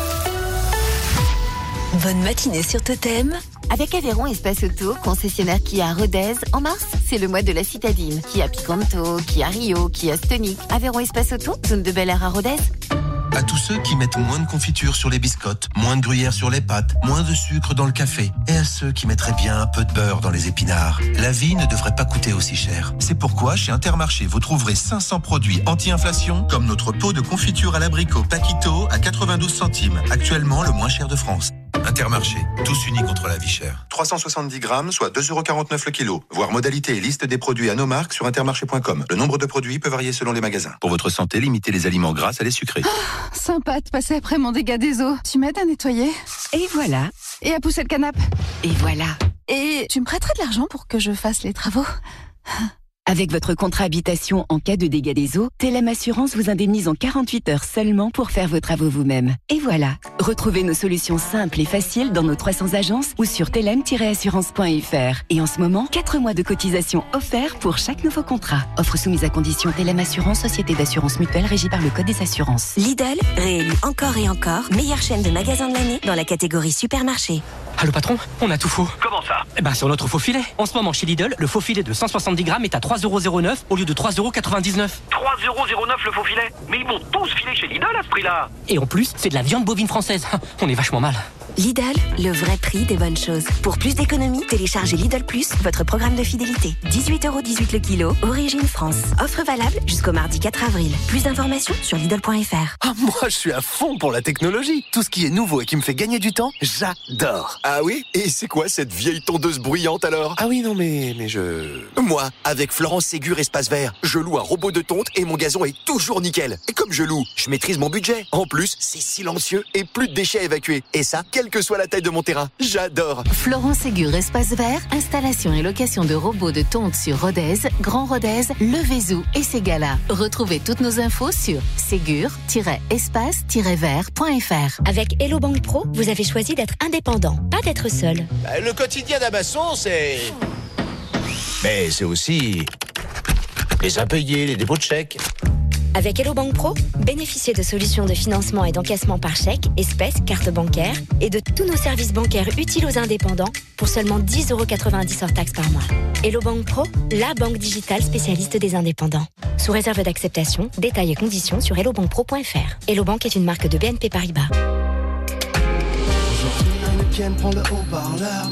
Bonne matinée sur Totem. Avec Aveyron Espace Auto, concessionnaire Kia à Rodez, en mars, c'est le mois de la citadine. Kia Picanto, Kia Rio, Kia Stonic. Aveyron Espace Auto, zone de Bel Air à Rodez. À tous ceux qui mettent moins de confiture sur les biscottes, moins de gruyère sur les pâtes, moins de sucre dans le café, et à ceux qui mettraient bien un peu de beurre dans les épinards, la vie ne devrait pas coûter aussi cher. C'est pourquoi chez Intermarché, vous trouverez cinq cents produits anti-inflation, comme notre pot de confiture à l'abricot Paquito à quatre-vingt-douze centimes, actuellement le moins cher de France. Intermarché, tous unis contre la vie chère. trois cent soixante-dix grammes, soit deux euros quarante-neuf le kilo. Voir modalité et liste des produits à nos marques sur intermarché point com. Le nombre de produits peut varier selon les magasins. Pour votre santé, limitez les aliments gras à les sucrés. Oh, sympa de passer après mon dégât des eaux. Tu m'aides à nettoyer? Et voilà. Et à pousser le canapé? Et voilà. Et tu me prêterais de l'argent pour que je fasse les travaux? Avec votre contrat habitation en cas de dégâts des eaux, Telem Assurance vous indemnise en quarante-huit heures seulement pour faire vos travaux vous-même. Et voilà. Retrouvez nos solutions simples et faciles dans nos trois cents agences ou sur telem tiret assurance point f r. Et en ce moment, quatre mois de cotisation offerts pour chaque nouveau contrat. Offre soumise à condition. Telem Assurance, société d'assurance mutuelle régie par le Code des assurances. Lidl, réélu encore et encore, meilleure chaîne de magasins de l'année dans la catégorie supermarché. Allô patron, on a tout faux. Comment ça? Eh ben sur notre faux filet. En ce moment chez Lidl, le faux filet de cent soixante-dix grammes est à trois euros zéro neuf au lieu de trois euros quatre-vingt-dix-neuf. trois euros zéro neuf le faux filet? Mais ils m'ont tous filé chez Lidl à ce prix-là. Et en plus, c'est de la viande bovine française. On est vachement mal. Lidl, le vrai prix des bonnes choses. Pour plus d'économies, téléchargez Lidl Plus, votre programme de fidélité. dix-huit euros dix-huit le kilo, origine France. Offre valable jusqu'au mardi quatre avril. Plus d'informations sur Lidl point f r. Ah, moi, je suis à fond pour la technologie. Tout ce qui est nouveau et qui me fait gagner du temps, j'adore. Ah oui? Et c'est quoi cette vieille tondeuse bruyante alors? Ah oui, non, mais, mais je... Moi, avec Florence Ségur Espace Vert, je loue un robot de tonte et mon gazon est toujours nickel. Et comme je loue, je maîtrise mon budget. En plus, c'est silencieux et plus de déchets à évacuer. Et ça, quelle que soit la taille de mon terrain. J'adore. Florence Ségur Espace Vert, installation et location de robots de tonte sur Rodez, Grand Rodez, Le Vézou et Ségala. Retrouvez toutes nos infos sur ségur tiret espace tiret vert point f r. Avec Hello Bank Pro, vous avez choisi d'être indépendant, pas d'être seul. Le quotidien d'un maçon, c'est... Mais c'est aussi les impayés, les dépôts de chèques. Avec Hello Bank Pro, bénéficiez de solutions de financement et d'encaissement par chèque, espèces, carte bancaire et de tous nos services bancaires utiles aux indépendants pour seulement dix euros quatre-vingt-dix hors taxes par mois. Hello Bank Pro, la banque digitale spécialiste des indépendants. Sous réserve d'acceptation, détails et conditions sur hello bank pro point f r. Hello Bank est une marque de B N P Paribas. Heineken prend le haut-parleur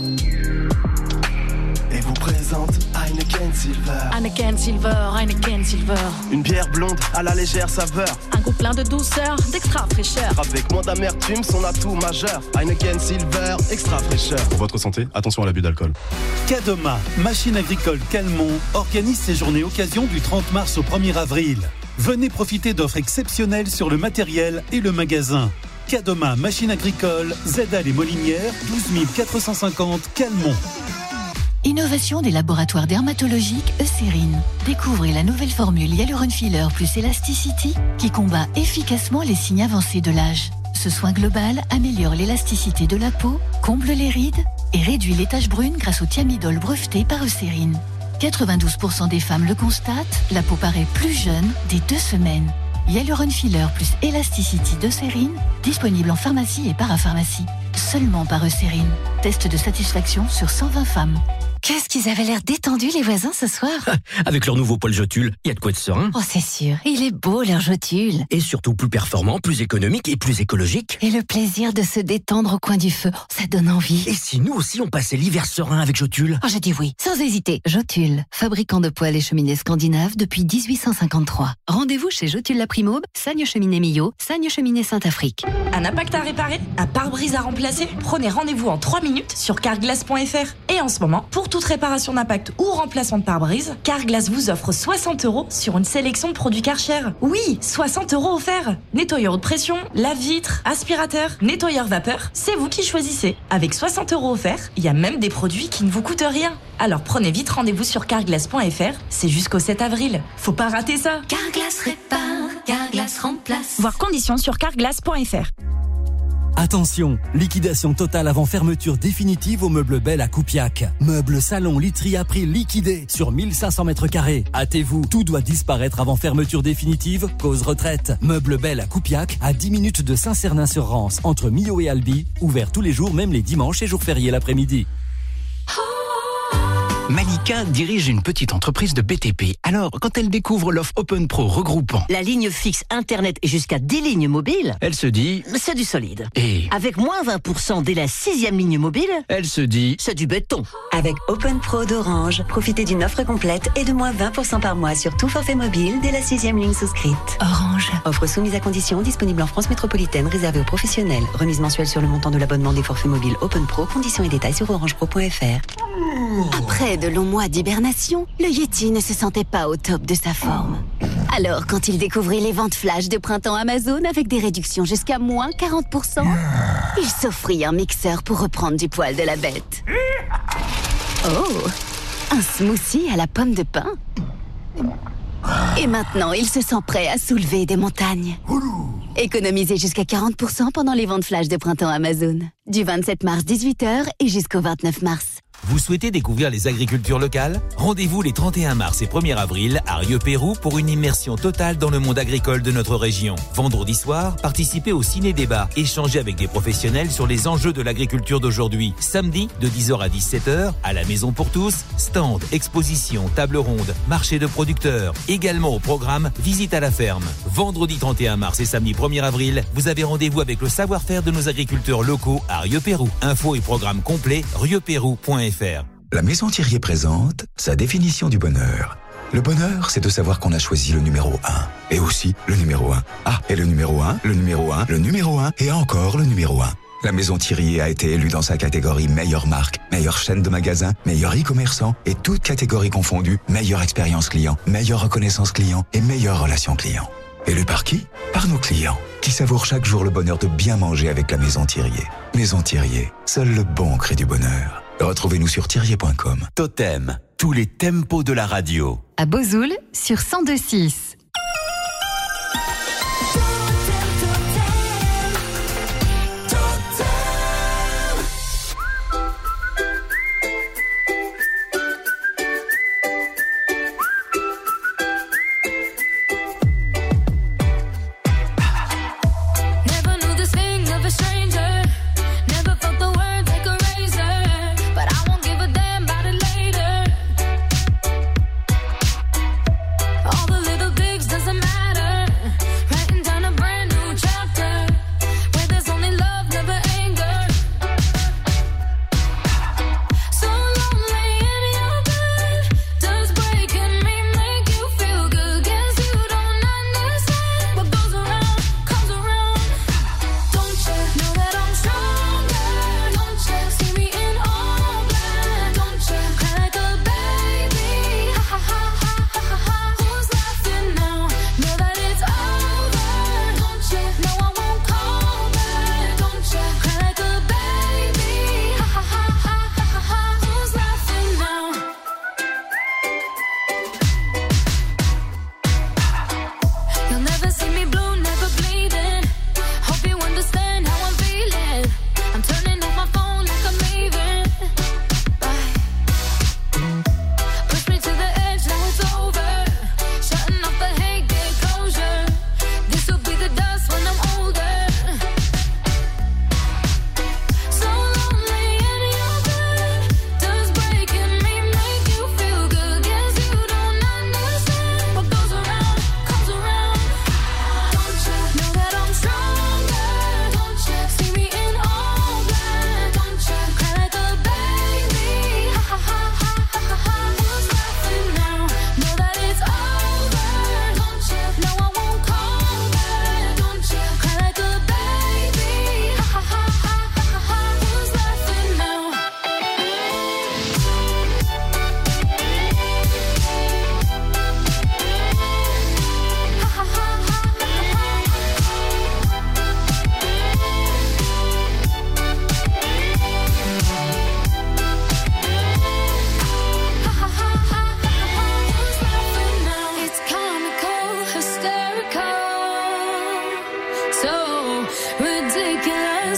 et vous présente Heineken Silver. Heineken Silver, Heineken Silver. Une bière blonde à la légère saveur. Un goût plein de douceur, d'extra fraîcheur. Avec moins d'amertume, son atout majeur. Heineken Silver, extra fraîcheur. Pour votre santé, attention à l'abus d'alcool. Cadoma, machine agricole Calmont, organise ses journées occasion du trente mars au premier avril. Venez profiter d'offres exceptionnelles sur le matériel et le magasin. Cadoma, machine agricole, Zedal et Molinière, douze mille quatre cent cinquante Calmont. Innovation des laboratoires dermatologiques Eucérine. Découvrez la nouvelle formule Hyaluron Filler plus Elasticity qui combat efficacement les signes avancés de l'âge. Ce soin global améliore l'élasticité de la peau, comble les rides et réduit les taches brunes grâce au thiamidol breveté par Eucérine. quatre-vingt-douze pour cent des femmes le constatent, la peau paraît plus jeune dès deux semaines. Hyaluron Filler plus Elasticity d'Eucérine, disponible en pharmacie et parapharmacie. Seulement par Eucérine. Test de satisfaction sur cent vingt femmes. Qu'est-ce qu'ils avaient l'air détendus les voisins ce soir. Avec leur nouveau poêle Jotule, il y a de quoi être serein. Oh c'est sûr, il est beau leur Jotule. Et surtout plus performant, plus économique et plus écologique. Et le plaisir de se détendre au coin du feu, ça donne envie. Et si nous aussi on passait l'hiver serein avec Jotule? Oh j'ai dit oui, sans hésiter. Jotule, fabricant de poêles et cheminées scandinaves depuis dix-huit cent cinquante-trois. Rendez-vous chez Jotule la Primaube, Sagne Cheminée Millau, Sagne Cheminée Saint-Afrique. Un impact à réparer? Un pare-brise à remplacer? Prenez rendez-vous en trois minutes sur carglass point f r. Et en ce moment, pour toute réparation d'impact ou remplacement de pare-brise, Carglass vous offre soixante euros sur une sélection de produits Karcher. Oui, soixante euros offerts. Nettoyeur de pression, lave-vitre, aspirateur, nettoyeur vapeur, c'est vous qui choisissez. Avec soixante euros offerts, il y a même des produits qui ne vous coûtent rien. Alors prenez vite rendez-vous sur carglass point f r, c'est jusqu'au sept avril. Faut pas rater ça. Carglass répare, Carglass remplace. Voir conditions sur carglass point f r. Attention, liquidation totale avant fermeture définitive au meuble Belle à Coupiac. Meubles salon literie à prix liquidé sur mille cinq cents mètres carrés. Hâtez-vous, tout doit disparaître avant fermeture définitive, cause retraite. Meuble Belle à Coupiac, à dix minutes de Saint-Cernin-sur-Rance, entre Millau et Albi, ouvert tous les jours, même les dimanches et jours fériés l'après-midi. Malika dirige une petite entreprise de B T P. Alors, quand elle découvre l'offre Open Pro regroupant la ligne fixe Internet et jusqu'à dix lignes mobiles, elle se dit c'est du solide. Et avec moins vingt pour cent dès la sixième ligne mobile, elle se dit c'est du béton. Avec Open Pro d'Orange, profitez d'une offre complète et de moins vingt pour cent par mois sur tout forfait mobile dès la sixième ligne souscrite. Orange. Offre soumise à condition, disponible en France métropolitaine, réservée aux professionnels. Remise mensuelle sur le montant de l'abonnement des forfaits mobiles Open Pro. Conditions et détails sur orange pro point f r. Après de longs mois d'hibernation, le Yeti ne se sentait pas au top de sa forme. Alors, quand il découvrit les ventes flash de printemps Amazon avec des réductions jusqu'à moins quarante pour cent, il s'offrit un mixeur pour reprendre du poil de la bête. Oh, un smoothie à la pomme de pin. Et maintenant, il se sent prêt à soulever des montagnes. Économisez jusqu'à quarante pour cent pendant les ventes flash de printemps Amazon. Du vingt-sept mars dix-huit heures et jusqu'au vingt-neuf mars. Vous souhaitez découvrir les agricultures locales? Rendez-vous les trente et un mars et premier avril à Rieux-Pérou pour une immersion totale dans le monde agricole de notre région. Vendredi soir, participez au ciné-débat. Échangez avec des professionnels sur les enjeux de l'agriculture d'aujourd'hui. Samedi, de dix heures à dix-sept heures, à la Maison pour tous, stand, exposition, table ronde, marché de producteurs. Également au programme, visite à la ferme. Vendredi trente et un mars et samedi premier avril, vous avez rendez-vous avec le savoir-faire de nos agriculteurs locaux à Rieux-Pérou. Info et programme complet, rieux pérou point f r. La Maison Thirier présente sa définition du bonheur. Le bonheur, c'est de savoir qu'on a choisi le numéro un. Et aussi le numéro un. Ah, et le numéro un, le numéro un, le numéro un, et encore le numéro un. La Maison Thirier a été élue dans sa catégorie meilleure marque, meilleure chaîne de magasins, meilleur e-commerçant, et toutes catégories confondues, meilleure expérience client, meilleure reconnaissance client et meilleure relation client. Élu par qui? Par nos clients, qui savourent chaque jour le bonheur de bien manger avec la Maison Thirier. Maison Thirier, seul le bon crée du bonheur. Retrouvez-nous sur thirier point com. Totem, tous les tempos de la radio. À Bozoul, sur cent deux virgule six.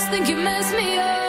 just think you mess me up.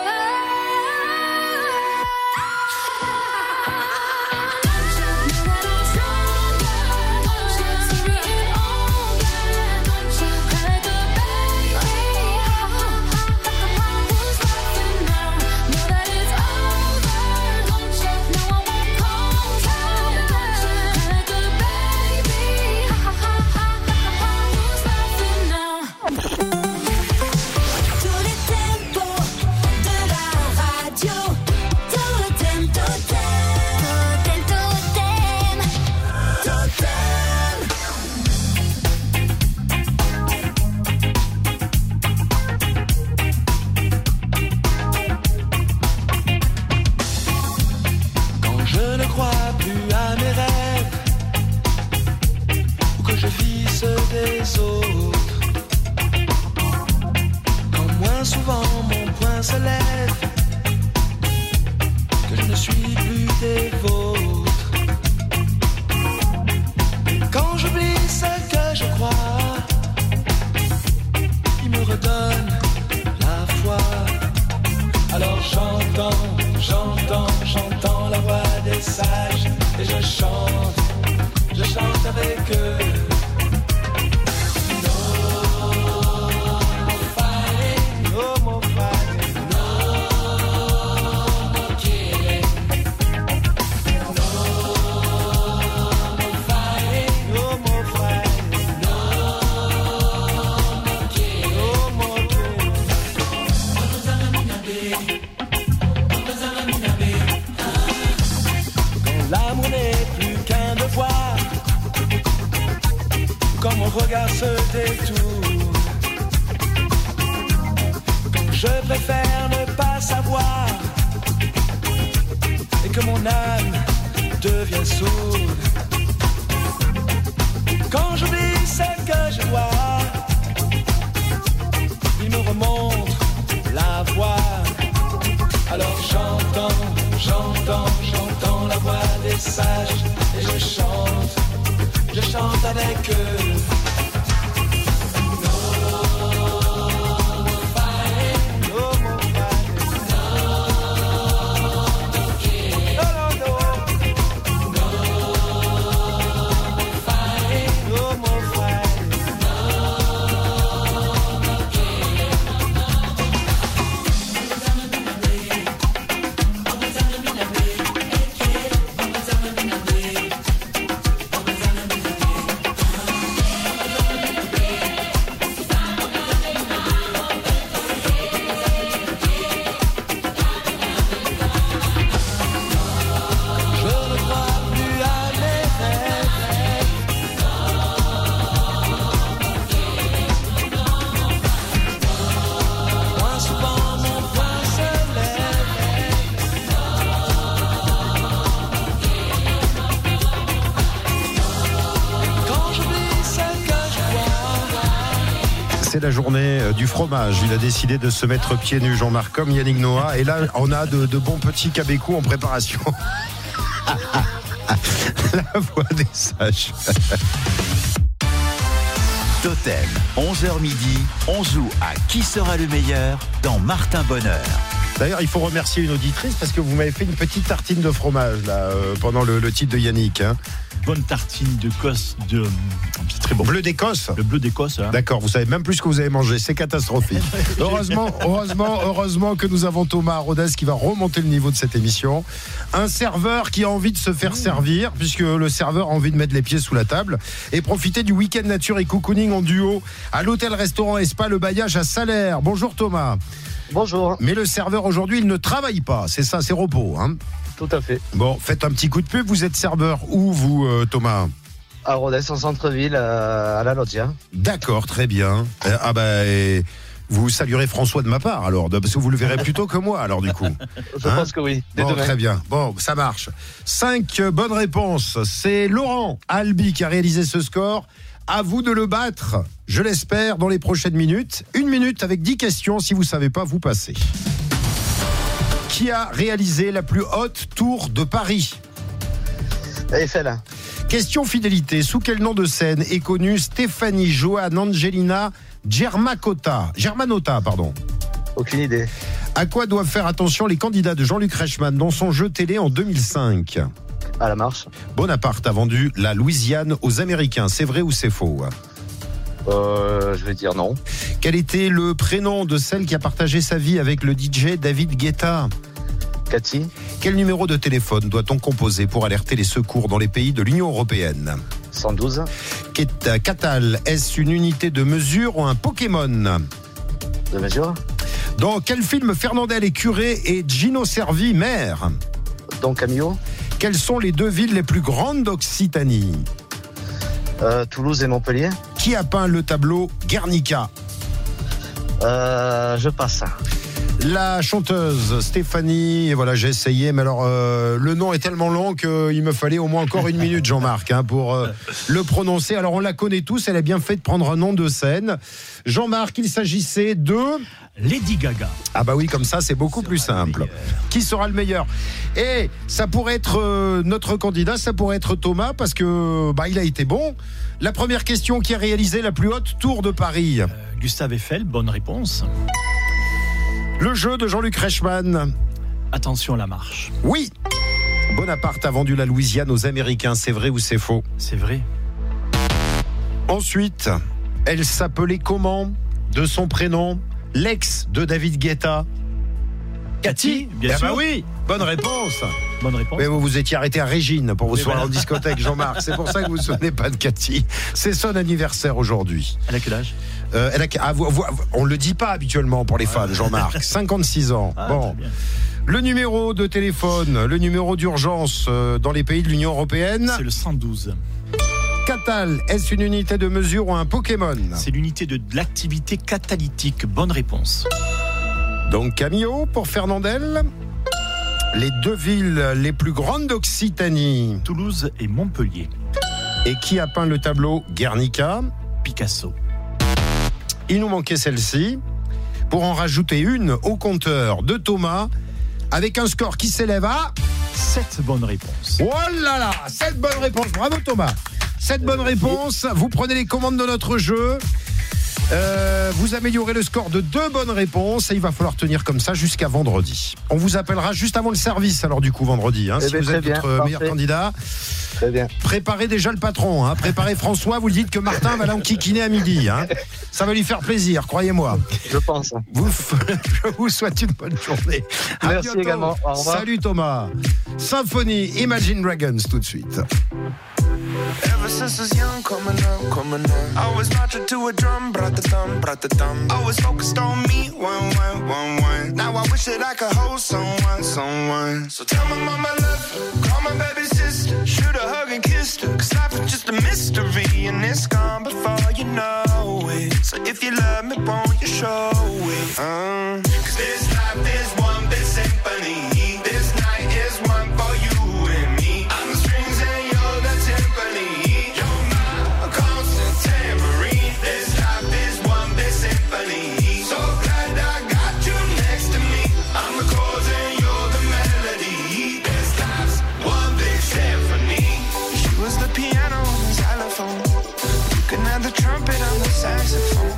C'est la journée du fromage. Il a décidé de se mettre pieds nus, Jean-Marc, comme Yannick Noah. Et là, on a de, de bons petits cabécous en préparation. La voix des sages. Totem, onze heures midi, on joue à Qui sera le meilleur dans Martin Bonheur. D'ailleurs, il faut remercier une auditrice parce que vous m'avez fait une petite tartine de fromage là, euh, pendant le, le titre de Yannick. Hein. Bonne tartine de cosse, de... c'est très bon. Bleu d'Écosse. Le bleu d'Écosse. Hein. D'accord, vous savez même plus ce que vous avez mangé, c'est catastrophique. heureusement, heureusement, heureusement que nous avons Thomas à Rodez qui va remonter le niveau de cette émission. Un serveur qui a envie de se faire servir, puisque le serveur a envie de mettre les pieds sous la table et profiter du week-end nature et cocooning en duo à l'hôtel-restaurant et spa Le Bailliage à Salaire. Bonjour Thomas. Centre-Ville. Mais le serveur aujourd'hui, il ne travaille pas, c'est ça, c'est repos. Hein. Tout à fait. Bon, faites un petit coup de pub, vous êtes serveur où vous, euh, Thomas ? À Rodez, en centre-ville, euh, à la Loggia. D'accord, très bien. Euh, ah bah, et vous saluerez François de ma part, alors, parce que vous le verrez plus tôt que moi, alors du coup. Je hein pense que oui. Bon, très bien. Bon, ça marche. Cinq bonnes réponses. C'est Laurent Albi qui a réalisé ce score. À vous de le battre, je l'espère, dans les prochaines minutes. Une minute avec dix questions. Si vous ne savez pas, vous passez. Qui a réalisé la plus haute tour de Paris ? Eiffel. Question fidélité. Sous quel nom de scène est connue Stéphanie Joanne Angelina Germanotta Germanotta, pardon. Aucune idée. À quoi doivent faire attention les candidats de Jean-Luc Reichmann dans son jeu télé en deux mille cinq? À la marche. Bonaparte a vendu la Louisiane aux Américains. C'est vrai ou c'est faux? Euh, je vais dire non. Quel était le prénom de celle qui a partagé sa vie avec le D J David Guetta? Cathy. Quel numéro de téléphone doit-on composer pour alerter les secours dans les pays de l'Union européenne? cent douze. Catal, est-ce une unité de mesure ou un Pokémon? De mesure. Dans quel film Fernandel est curé et Gino Servi maire? Don Camillo. Quelles sont les deux villes les plus grandes d'Occitanie? euh, Toulouse et Montpellier. Qui a peint le tableau Guernica? euh, Je passe. La chanteuse Stéphanie, et voilà, j'ai essayé, mais alors euh, le nom est tellement long qu'il me fallait au moins encore une minute, Jean-Marc, hein, pour euh, le prononcer. Alors on la connaît tous, elle a bien fait de prendre un nom de scène. Jean-Marc, il s'agissait de Lady Gaga. Ah bah oui, comme ça c'est beaucoup plus simple. Qui sera le meilleur? Et ça pourrait être euh, notre candidat, ça pourrait être Thomas, parce que bah il a été bon. La première question: qui a réalisé la plus haute tour de Paris? euh, Gustave Eiffel, bonne réponse. Le jeu de Jean-Luc Reichmann. Attention à la marche. Oui. Bonaparte a vendu la Louisiane aux Américains. C'est vrai ou c'est faux? C'est vrai. Ensuite, elle s'appelait comment de son prénom? L'ex de David Guetta. Cathy, bien eh sûr. bah oui, bonne réponse. Bonne réponse. Mais vous vous étiez arrêté à Régine pour vos Oui, soirées voilà. en discothèque, Jean-Marc. C'est pour ça que vous ne vous souvenez pas de Cathy. C'est son anniversaire aujourd'hui. Elle a quel âge? Euh, elle a, ah, vous, vous, on ne le dit pas habituellement pour les fans, Jean-Marc. cinquante-six ans. Ah, bon. très bien. Le numéro de téléphone, le numéro d'urgence euh, dans les pays de l'Union européenne. C'est le cent douze. Catal, est-ce une unité de mesure ou un Pokémon? C'est l'unité de, de l'activité catalytique. Bonne réponse. Donc Camillo pour Fernandel. Les deux villes les plus grandes d'Occitanie. Toulouse et Montpellier. Et qui a peint le tableau Guernica? Picasso. Il nous manquait celle-ci. Pour en rajouter une au compteur de Thomas, avec un score qui s'élève à sept bonnes réponses. Oh là là, sept bonnes réponses. Bravo Thomas. sept bonnes réponses. Vous prenez les commandes de notre jeu. Euh, vous améliorez le score de deux bonnes réponses et il va falloir tenir comme ça jusqu'à vendredi. On vous appellera juste avant le service, alors du coup vendredi, hein, eh si bien, vous êtes bien, notre parfait. meilleur candidat. Très bien. Préparez déjà le patron, hein. Préparez François, vous lui dites que Martin va l'enquiquiner à midi, hein. Ça va lui faire plaisir, croyez-moi. Je pense. Vous, je vous souhaite une bonne journée. À Merci bientôt. également. Au revoir. Salut Thomas. Symphonie Imagine Dragons tout de suite. Ever since I was young, coming up, coming up, I was marching to a drum, brought the thumb, brought the thumb. Always focused on me, one, one, one, one. Now I wish that I could hold someone, someone. So tell my mama I love her, call my baby sister, shoot a hug and kiss her. Cause life is just a mystery and it's gone before you know it. So if you love me, won't you show it? Uh, Cause this life is one big symphony. This night is one for you and me. I'm the strings and you're the timpani. You're my constant tambourine. This life is one big symphony. So glad I got you next to me. I'm the chords and you're the melody. This life's one big symphony. She was the piano and the xylophone. You can add the trumpet on the saxophone.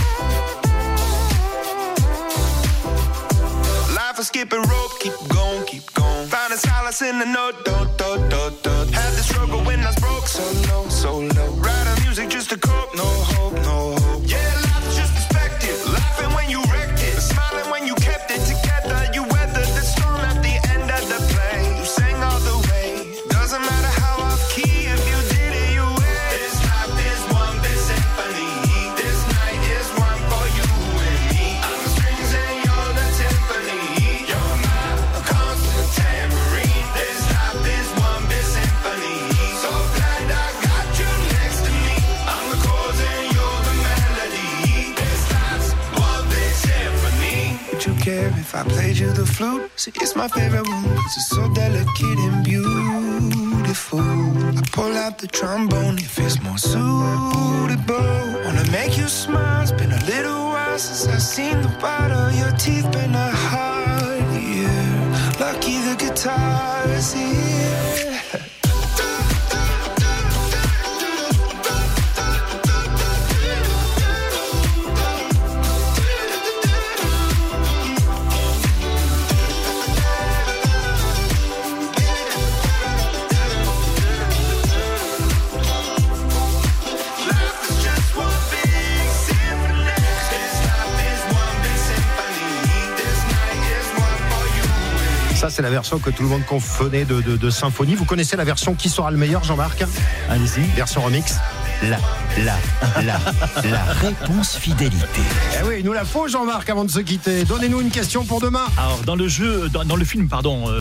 Life is skipping rope, keep going, keep going. Finding solace in the note, dot, dot, dot, dot. Had the struggle when I was broke, so low, so low. Writing music just to cope, no hope, no hope. Yeah, life is just perspective. Laughing when you wrecked it, smiling when you kept it together. You weathered the storm at the end of the play. You sang all the way. Doesn't matter how off key, if you did it, you win. This life is one big symphony. This night is one for you and me. I'm the strings and you're the timpani. You're my constant tambourine. This life is one big symphony. So glad I got you next to me. I'm the chords and you're the melody. This life's one big symphony. Would you care if I played you the flute? See, it's my favorite one, 'cause it's so delicate and beautiful. I pull out the trombone if it's more suitable. Wanna make you smile, it's been a little while since I've seen the white of your teeth. Been a hard year, lucky the guitar is here. Ça, c'est la version que tout le monde confondait de, de, de Symphonie. Vous connaissez la version Qui sera le meilleur, Jean-Marc? Allez-y. Version remix. La, la, la, la réponse fidélité. Eh oui, il nous la faut, Jean-Marc, avant de se quitter. Donnez-nous une question pour demain. Alors, dans le jeu, dans, dans le film, pardon. Euh